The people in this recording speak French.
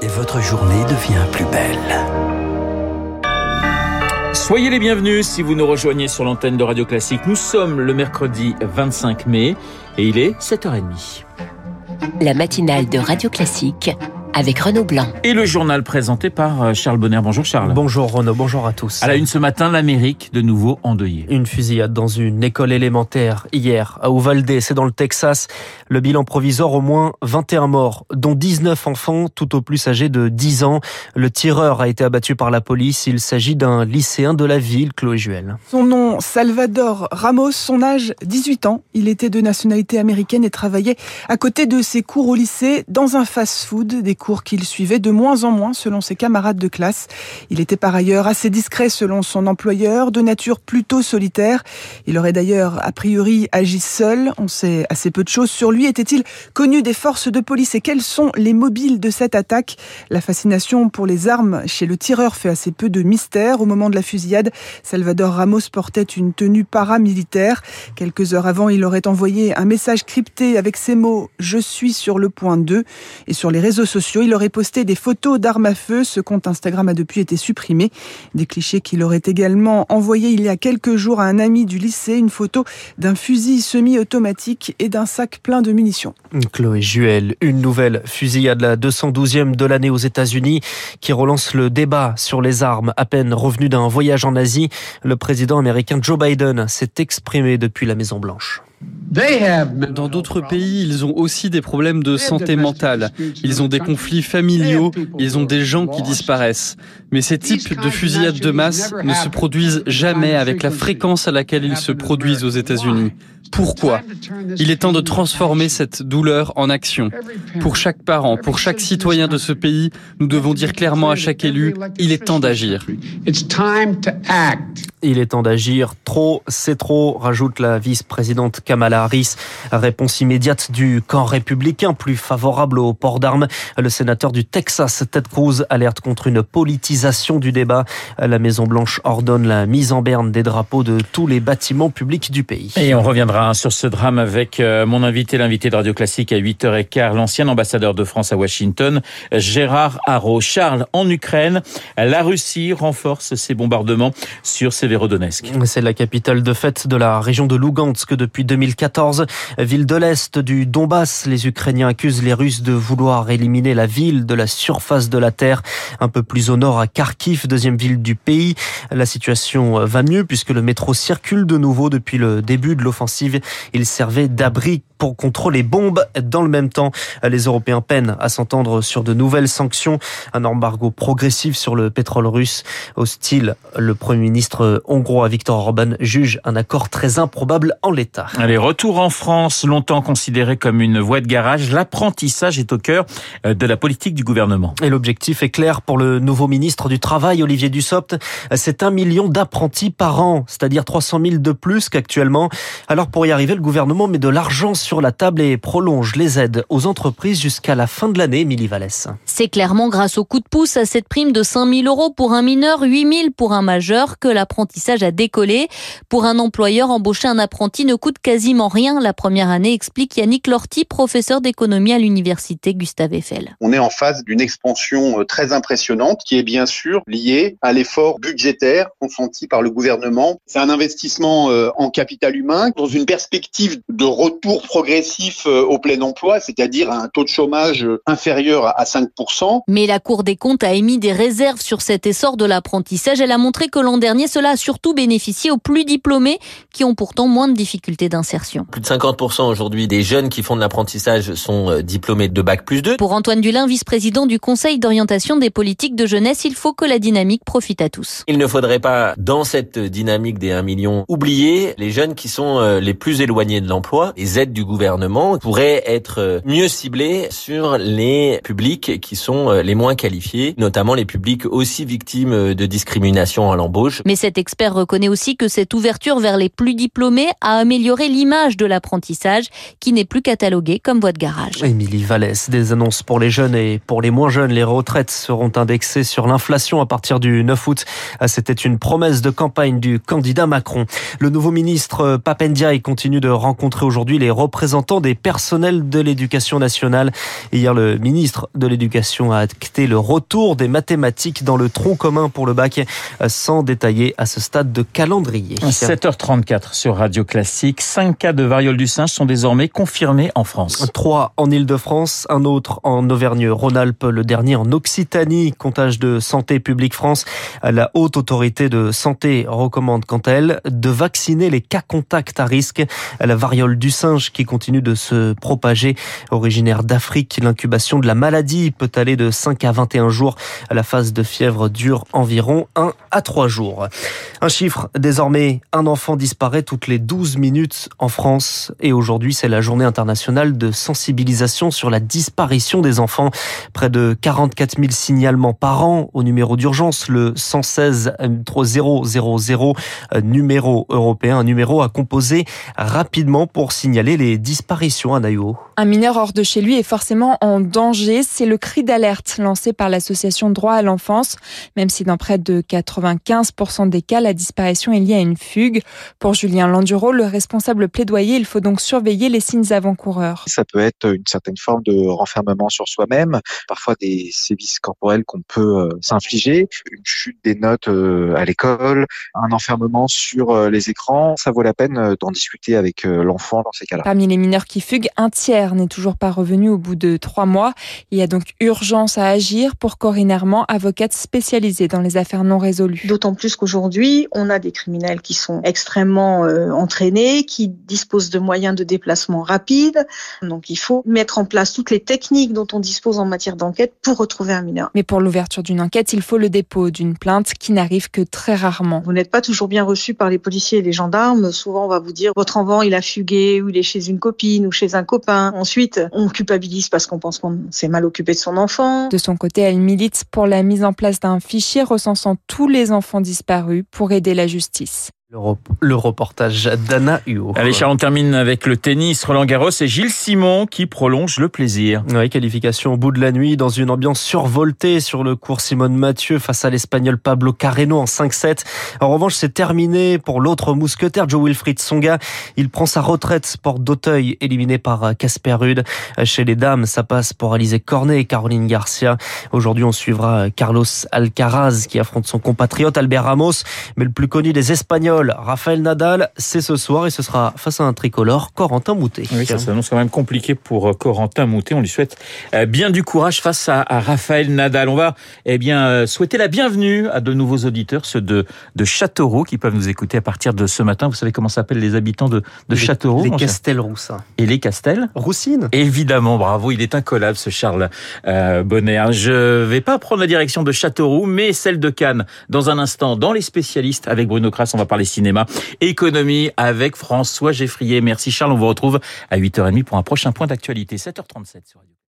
et votre journée devient plus belle. Soyez les bienvenus si vous nous rejoignez sur l'antenne de Radio Classique. Nous sommes le mercredi 25 mai et il est 7h30. La matinale de Radio Classique avec Renaud Blanc. Et le journal présenté par Charles Bonner. Bonjour Charles. Bonjour Renaud, bonjour à tous. À la une ce matin, l'Amérique de nouveau endeuillée. Une fusillade dans une école élémentaire hier à Uvalde, c'est dans le Texas. Le bilan provisoire, au moins 21 morts, dont 19 enfants, tout au plus âgés de 10 ans. Le tireur a été abattu par la police. Il s'agit d'un lycéen de la ville, Chloé Juel. Son nom, Salvador Ramos, son âge, 18 ans. Il était de nationalité américaine et travaillait à côté de ses cours au lycée dans un fast-food, des cours qu'il suivait de moins en moins selon ses camarades de classe. Il était par ailleurs assez discret selon son employeur, de nature plutôt solitaire. Il aurait d'ailleurs a priori agi seul. On sait assez peu de choses sur lui. Était-il connu des forces de police et quels sont les mobiles de cette attaque ? La fascination pour les armes chez le tireur fait assez peu de mystère. Au moment de la fusillade, Salvador Ramos portait une tenue paramilitaire. Quelques heures avant, il aurait envoyé un message crypté avec ces mots « Je suis sur le point 2 ». Et sur les réseaux sociaux, il aurait posté des photos d'armes à feu. Ce compte Instagram a depuis été supprimé. Des clichés qu'il aurait également envoyés il y a quelques jours à un ami du lycée, une photo d'un fusil semi-automatique et d'un sac plein de munitions. Chloé Juel, une nouvelle fusillade, la 212e de l'année aux États-Unis, qui relance le débat sur les armes. À peine revenu d'un voyage en Asie, le président américain Joe Biden s'est exprimé depuis la Maison-Blanche. Dans d'autres pays, ils ont aussi des problèmes de santé mentale. Ils ont des conflits familiaux, ils ont des gens qui disparaissent. Mais ces types de fusillades de masse ne se produisent jamais avec la fréquence à laquelle ils se produisent aux États-Unis. Pourquoi ? Il est temps de transformer cette douleur en action. Pour chaque parent, pour chaque citoyen de ce pays, nous devons dire clairement à chaque élu, il est temps d'agir. Il est temps d'agir. Trop, c'est trop, rajoute la vice-présidente Kamala Harris. Réponse immédiate du camp républicain, plus favorable au port d'armes. Le sénateur du Texas, Ted Cruz, alerte contre une politisation du débat. La Maison-Blanche ordonne la mise en berne des drapeaux de tous les bâtiments publics du pays. Et on reviendra sur ce drame avec mon invité, l'invité de Radio Classique à 8h15, l'ancien ambassadeur de France à Washington, Gérard Haro. Charles, en Ukraine, la Russie renforce ses bombardements sur Severodonetsk. C'est la capitale de fait de la région de Lugansk depuis 2014. Ville de l'Est du Donbass, les Ukrainiens accusent les Russes de vouloir éliminer la ville de la surface de la terre. Un peu plus au nord, à Kharkiv, deuxième ville du pays. La situation va mieux puisque le métro circule de nouveau depuis le début de l'offensive. Il servait d'abri contre les bombes. Dans le même temps, les Européens peinent à s'entendre sur de nouvelles sanctions. Un embargo progressif sur le pétrole russe. Hostile, le Premier ministre hongrois Viktor Orban juge un accord très improbable en l'état. Allez, retour en France, longtemps considéré comme une voie de garage. L'apprentissage est au cœur de la politique du gouvernement. Et l'objectif est clair pour le nouveau ministre du Travail, Olivier Dussopt. C'est 1 million d'apprentis par an, c'est-à-dire 300 000 de plus qu'actuellement. Alors pour y arriver, le gouvernement met de l'argent sur la table et prolonge les aides aux entreprises jusqu'à la fin de l'année, Émilie Vallès. C'est clairement grâce au coup de pouce à cette prime de 5 000 € pour un mineur, 8 000 pour un majeur que l'apprentissage a décollé. Pour un employeur, embaucher un apprenti ne coûte quasiment rien la première année, explique Yannick Lorty, professeur d'économie à l'université Gustave Eiffel. On est en face d'une expansion très impressionnante qui est bien sûr liée à l'effort budgétaire consenti par le gouvernement. C'est un investissement en capital humain dans une perspective de retour progressif au plein emploi, c'est-à-dire un taux de chômage inférieur à 5%. Mais la Cour des comptes a émis des réserves sur cet essor de l'apprentissage. Elle a montré que l'an dernier, cela a surtout bénéficié aux plus diplômés qui ont pourtant moins de difficultés d'insertion. Plus de 50% aujourd'hui des jeunes qui font de l'apprentissage sont diplômés de Bac+2. Pour Antoine Dulin, vice-président du Conseil d'orientation des politiques de jeunesse, il faut que la dynamique profite à tous. Il ne faudrait pas, dans cette dynamique des 1 million, oublier les jeunes qui sont les plus éloignés de l'emploi. Les aides du gouvernement pourraient être mieux ciblées sur les publics qui sont les moins qualifiés, notamment les publics aussi victimes de discrimination à l'embauche. Mais cet expert reconnaît aussi que cette ouverture vers les plus diplômés a amélioré l'image de l'apprentissage qui n'est plus catalogué comme voie de garage. Émilie Vallès, des annonces pour les jeunes et pour les moins jeunes. Les retraites seront indexées sur l'inflation à partir du 9 août. C'était une promesse de campagne du candidat Macron. Le nouveau ministre Pap Ndiaye continue de rencontrer aujourd'hui les représentants représentants des personnels de l'éducation nationale. Hier, le ministre de l'Éducation a acté le retour des mathématiques dans le tronc commun pour le bac, sans détailler à ce stade de calendrier. 7h34 sur Radio Classique. 5 cas de variole du singe sont désormais confirmés en France. 3 en Île-de-France, un autre en Auvergne-Rhône-Alpes, le dernier en Occitanie. Comptage de Santé publique France. La Haute Autorité de Santé recommande quant à elle de vacciner les cas contacts à risque. La variole du singe qui continue de se propager. Originaire d'Afrique, l'incubation de la maladie peut aller de 5 à 21 jours. La phase de fièvre dure environ 1 à 3 jours. Un chiffre, désormais, un enfant disparaît toutes les 12 minutes en France. Et aujourd'hui, c'est la journée internationale de sensibilisation sur la disparition des enfants. Près de 44 000 signalements par an au numéro d'urgence, le 116 000, numéro européen, un numéro à composer rapidement pour signaler les disparitions à Naïo. Un mineur hors de chez lui est forcément en danger. C'est le cri d'alerte lancé par l'association Droit à l'enfance. Même si dans près de 95% des cas, la disparition est liée à une fugue. Pour Julien Landuro, le responsable plaidoyer, il faut donc surveiller les signes avant-coureurs. Ça peut être une certaine forme de renfermement sur soi-même, parfois des sévices corporels qu'on peut s'infliger, une chute des notes à l'école, un enfermement sur les écrans. Ça vaut la peine d'en discuter avec l'enfant dans ces cas-là. Parmi les mineurs qui fuguent, un tiers n'est toujours pas revenu au bout de 3 mois. Il y a donc urgence à agir pour Corinne Herman, avocate spécialisée dans les affaires non résolues. D'autant plus qu'aujourd'hui, on a des criminels qui sont extrêmement entraînés, qui disposent de moyens de déplacement rapides. Donc il faut mettre en place toutes les techniques dont on dispose en matière d'enquête pour retrouver un mineur. Mais pour l'ouverture d'une enquête, il faut le dépôt d'une plainte qui n'arrive que très rarement. Vous n'êtes pas toujours bien reçu par les policiers et les gendarmes. Souvent, on va vous dire votre enfant, il a fugué, ou il est chez une copine ou chez un copain. Ensuite, on culpabilise parce qu'on pense qu'on s'est mal occupé de son enfant. De son côté, elle milite pour la mise en place d'un fichier recensant tous les enfants disparus pour aider la justice. Le reportage d'Anna Huot. Allez Charles, on termine avec le tennis. Roland Garros et Gilles Simon qui prolonge le plaisir. Oui, qualification au bout de la nuit dans une ambiance survoltée sur le court Simone Mathieu face à l'Espagnol Pablo Carreno en 5-7. En revanche, c'est terminé pour l'autre mousquetaire Jo-Wilfried Tsonga. Il prend sa retraite, porte d'Auteuil, éliminé par Casper Ruud. Chez les dames, ça passe pour Alizé Cornet et Caroline Garcia. Aujourd'hui, on suivra Carlos Alcaraz qui affronte son compatriote Albert Ramos. Mais le plus connu des Espagnols, Rafael Nadal, c'est ce soir et ce sera face à un tricolore, Corentin Moutet. Oui, ça s'annonce quand même compliqué pour Corentin Moutet. On lui souhaite bien du courage face à Rafael Nadal. On va souhaiter la bienvenue à de nouveaux auditeurs, ceux de Châteauroux qui peuvent nous écouter à partir de ce matin. Vous savez comment s'appellent les habitants de Châteauroux? Les Castelroussins. Et les Castel Roussines. Évidemment, bravo, il est incollable ce Charles Bonner. Je vais pas prendre la direction de Châteauroux, mais celle de Cannes. Dans un instant, dans les spécialistes, avec Bruno Crass, on va parler cinéma, économie avec François Geffrier. Merci Charles, on vous retrouve à 8h30 pour un prochain point d'actualité. 7h37 sur Radio.